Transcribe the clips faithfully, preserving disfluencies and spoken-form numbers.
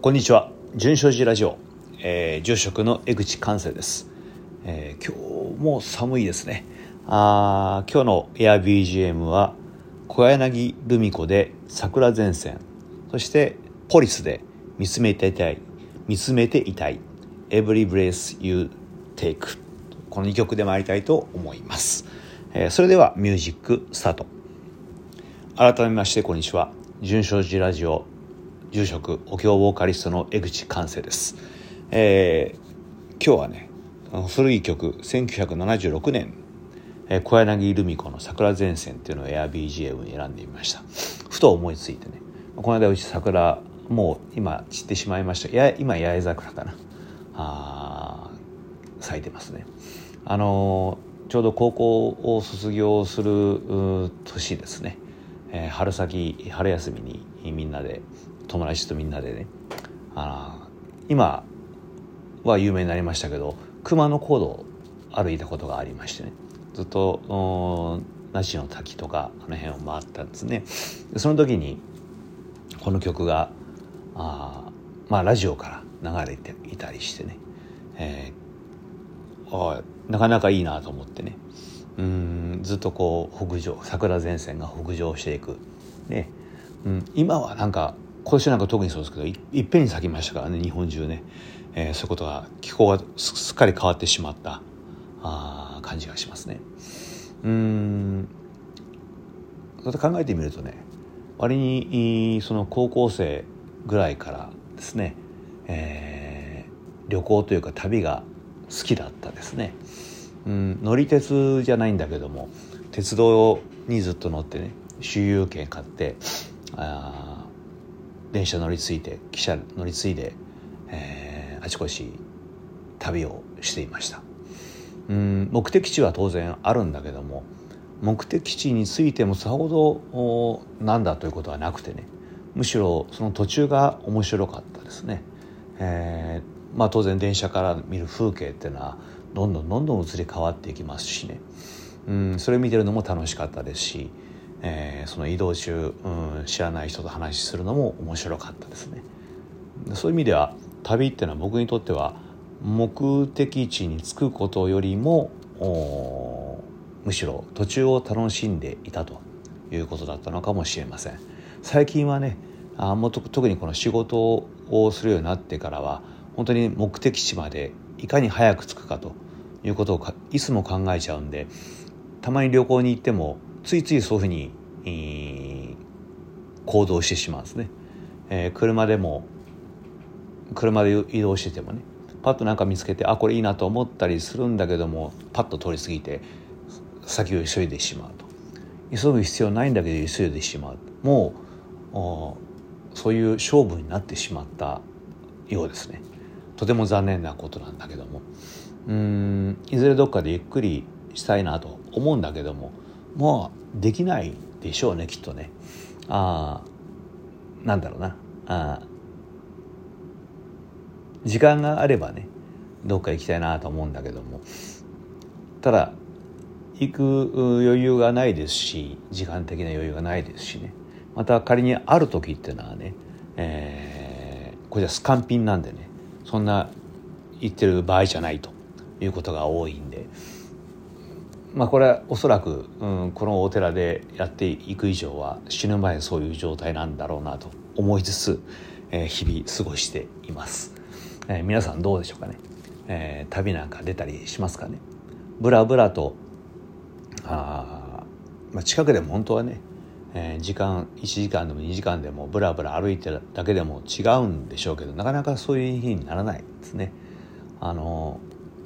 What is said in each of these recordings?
こんにちは。純正寺ラジオ、えー、住職の江口寛生です、えー、今日も寒いですね。あ今日のエア ビージーエム は小柳ルミ子で桜前線、そしてポリスで見つめていたい見つめていたい Every Breath You Take、 このにきょくで参りたいと思います、えー、それではミュージックスタート。改めましてこんにちは。純正寺ラジオ住職お経ボーカリストの江口寛生です、えー、今日はね古い曲せんきゅうひゃくななじゅうろくねん、えー、小柳ルミ子の桜前線っていうのをエア ビージーエム に選んでみました。ふと思いついてね、この間うち桜もう今散ってしまいました。いや今八重桜かなあ咲いてますね。あのー、ちょうど高校を卒業する年ですね、えー、春先春休みにみんなで友達とみんなでね、あ今は有名になりましたけど熊野古道を歩いたことがありましてね、ずっと那智の滝とかあの辺を回ったんですね。でその時にこの曲があ、まあ、ラジオから流れていたりしてね、えー、なかなかいいなと思ってね、うーんずっとこう北上桜前線が北上していく、ねうん、今はなんか今年なんか特にそうですけど い, いっぺんに咲きましたからね、日本中ね、えー、そういうことが気候が す, すっかり変わってしまったあ感じがしますね。うーんそうやって考えてみるとね、割にその高校生ぐらいからですね、えー、旅行というか旅が好きだったですね。うん乗り鉄じゃないんだけども鉄道にずっと乗ってね、周遊券買ってあ電車乗り継いで汽車乗り継いで、えー、あちこち旅をしていました。うん目的地は当然あるんだけども目的地についてもさほどなんだということはなくてね、むしろその途中が面白かったですね。えーまあ、当然電車から見る風景っていうのはどんどんどんどん移り変わっていきますしね、うんそれ見てるのも楽しかったですし、えー、その移動中、うん、知らない人と話しするのも面白かったですね。そういう意味では旅っていうのは僕にとっては目的地に着くことよりもむしろ途中を楽しんでいたということだったのかもしれません。最近はねあもう特にこの仕事をするようになってからは本当に目的地までいかに早く着くかということをいつも考えちゃうんで、たまに旅行に行ってもついついそういうふうに、えー、行動してしまうんですね。えー、車でも車で移動しててもねパッとなんか見つけてあこれいいなと思ったりするんだけどもパッと通り過ぎて先を急いでしまうと。急ぐ必要ないんだけど急いでしまう。もうそういう勝負になってしまったようですね。とても残念なことなんだけども、うーんいずれどっかでゆっくりしたいなと思うんだけどももうできないでしょうねきっとね。あなんだろうなあ時間があればねどっか行きたいなと思うんだけども、ただ行く余裕がないですし時間的な余裕がないですしね、また仮にある時っていうのはね、えー、これじゃスカンピンなんでねそんな行ってる場合じゃないということが多いんで、まあこれはおそらく、うん、このお寺でやっていく以上は死ぬ前そういう状態なんだろうなと思いつつ、えー、日々過ごしています。えー、皆さんどうでしょうかね、えー、旅なんか出たりしますかね。ブラブラとあ、まあ、近くでも本当はね、えー、時間いちじかんでもにじかんでもブラブラ歩いてるだけでも違うんでしょうけどなかなかそういう日にならないですね。あの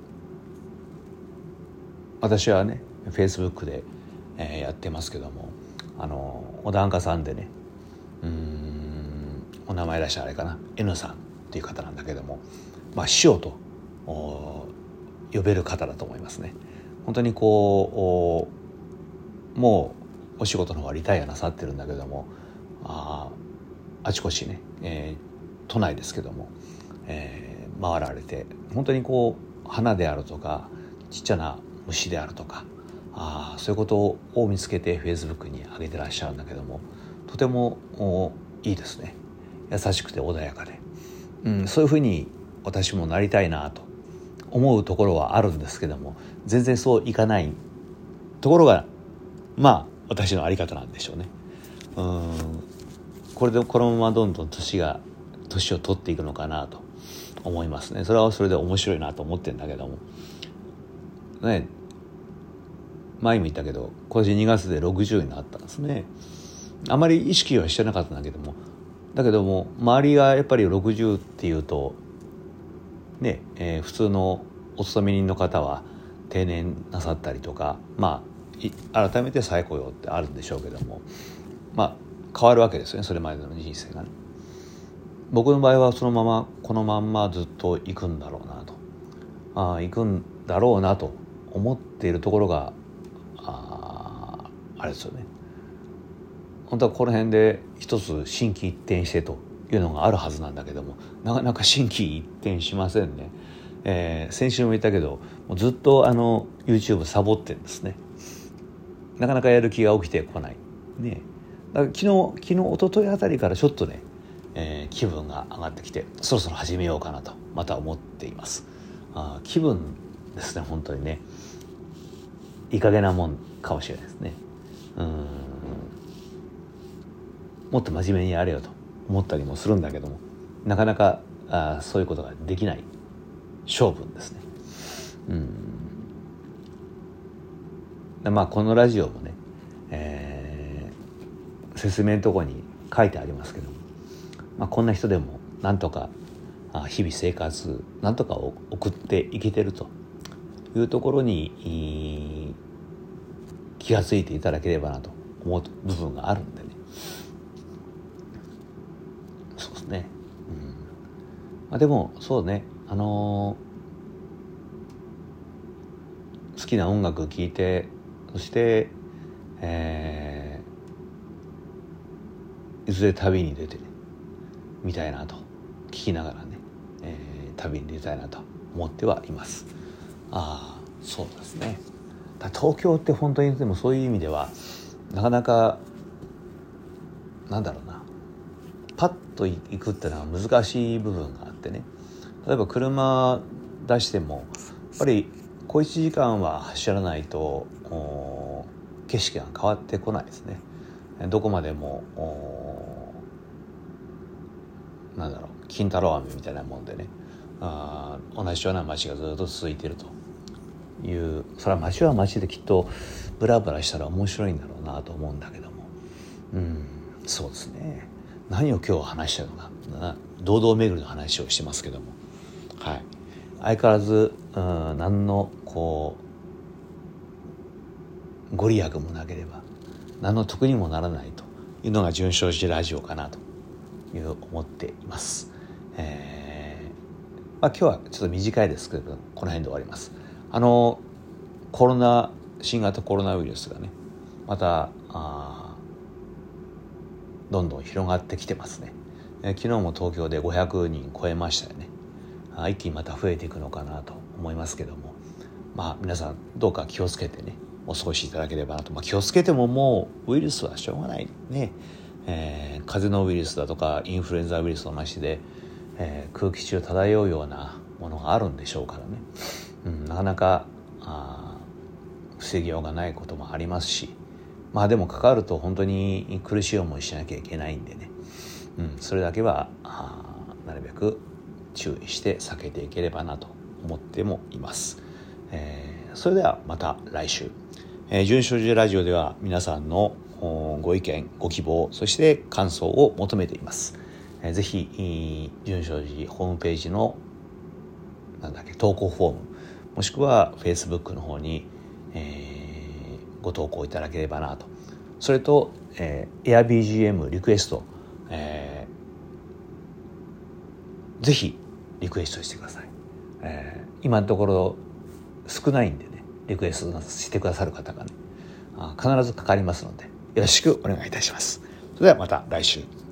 私はね Facebook で、えー、やってますけどもあのお檀家さんでねうーんお名前出したらあれかな N さんっていう方なんだけども、まあ、師匠と呼べる方だと思いますね。本当にこうもうお仕事の方はリタイアなさってるんだけども あ, あちこちね、えー、都内ですけども、えー、回られて本当にこう花であるとかちっちゃな虫であるとかあそういうことを見つけて Facebook に上げてらっしゃるんだけどもとてもいいですね。優しくて穏やかでうん、そういうふうに私もなりたいなと思うところはあるんですけども、全然そういかないところがまあ私の在り方なんでしょうね。うん、これでこのままどんどん年が年を取っていくのかなと思いますね。それはそれで面白いなと思ってるんだけどもね。前も言ったけど今年にがつでろくじゅうになったんですね。あまり意識はしてなかったんだけどもだけども周りがやっぱりろくじゅうっていうとね、えー、普通のお勤め人の方は定年なさったりとか、まあ改めて再雇用ってあるんでしょうけども、まあ変わるわけですよね、それまでの人生がね。僕の場合はそのままこのまんまずっと行くんだろうなと、ああ行くんだろうなと思っているところがああれですよね。本当はこの辺で一つ心機一転してというのがあるはずなんだけども、なかなか心機一転しませんね。えー、先週も言ったけどもうずっとあの YouTube サボってるんですね。なかなかやる気が起きてこないね。だから昨日昨日一昨日あたりからちょっとね、えー、気分が上がってきてそろそろ始めようかなとまた思っています。あ、気分ですね。本当にねいい加減なもんかもしれないですね。うーんもっと真面目にやれよと思ったりもするんだけども、なかなかあそういうことができない性分ですね。うんまあこのラジオもね、えー、説明のところに書いてありますけども、まあ、こんな人でもなんとか日々生活なんとかを送っていけてるというところに気がついていただければなと思う部分があるんでね。そうですね、うんまあ、でもそうね、あのー、好きな音楽聴いてそして、えー、いずれ旅に出てねみたいなと聞きながらね、えー、旅に出たいなと思ってはいます。ああそうですね。だ東京って本当にでもそういう意味ではなかなかなんだろうなパッと行くってのは難しい部分があってね。例えば車出してもやっぱり小いちじかんは走らないと景色が変わってこないですね。どこまでもなんだろう金太郎飴みたいなもんでね、あ同じような街がずっと続いているという、それは街は街できっとブラブラしたら面白いんだろうなと思うんだけども、うんそうですね。何を今日話したのかな、堂々巡りの話をしてますけども、はい、相変わらず、うん、何のこうご利益もなければ何の得にもならないというのが純正寺ラジオかなという思っています。えーまあ、今日はちょっと短いですけどこの辺で終わります。あのコロナ新型コロナウイルスがねまたあどんどん広がってきてますね。えー、昨日も東京でごひゃくにん超えましたよね。あ一気にまた増えていくのかなと思いますけども、まあ皆さんどうか気をつけてねお過ごしいただければなと。まあ、気をつけてももうウイルスはしょうがないね。えー、風邪のウイルスだとかインフルエンザウイルスの話で、えー、空気中漂うようなものがあるんでしょうからね、うん、なかなかあ防ぎようがないこともありますし、まあでも関わると本当に苦しい思いしなきゃいけないんでね、うん、それだけはあなるべく注意して避けていければなと思ってもいます。えー、それではまた来週、えー、純正寺ラジオでは皆さんのご意見ご希望そして感想を求めています。えー、ぜひ純正寺ホームページのなんだっけ投稿フォームもしくは Facebook の方に、えー、ご投稿いただければなと。それと、えー、AirBGM リクエスト、えー、ぜひリクエストしてください。えー、今のところ少ないんでねリクエストしてくださる方がね必ずかかりますのでよろしくお願いいたします。それではまた来週。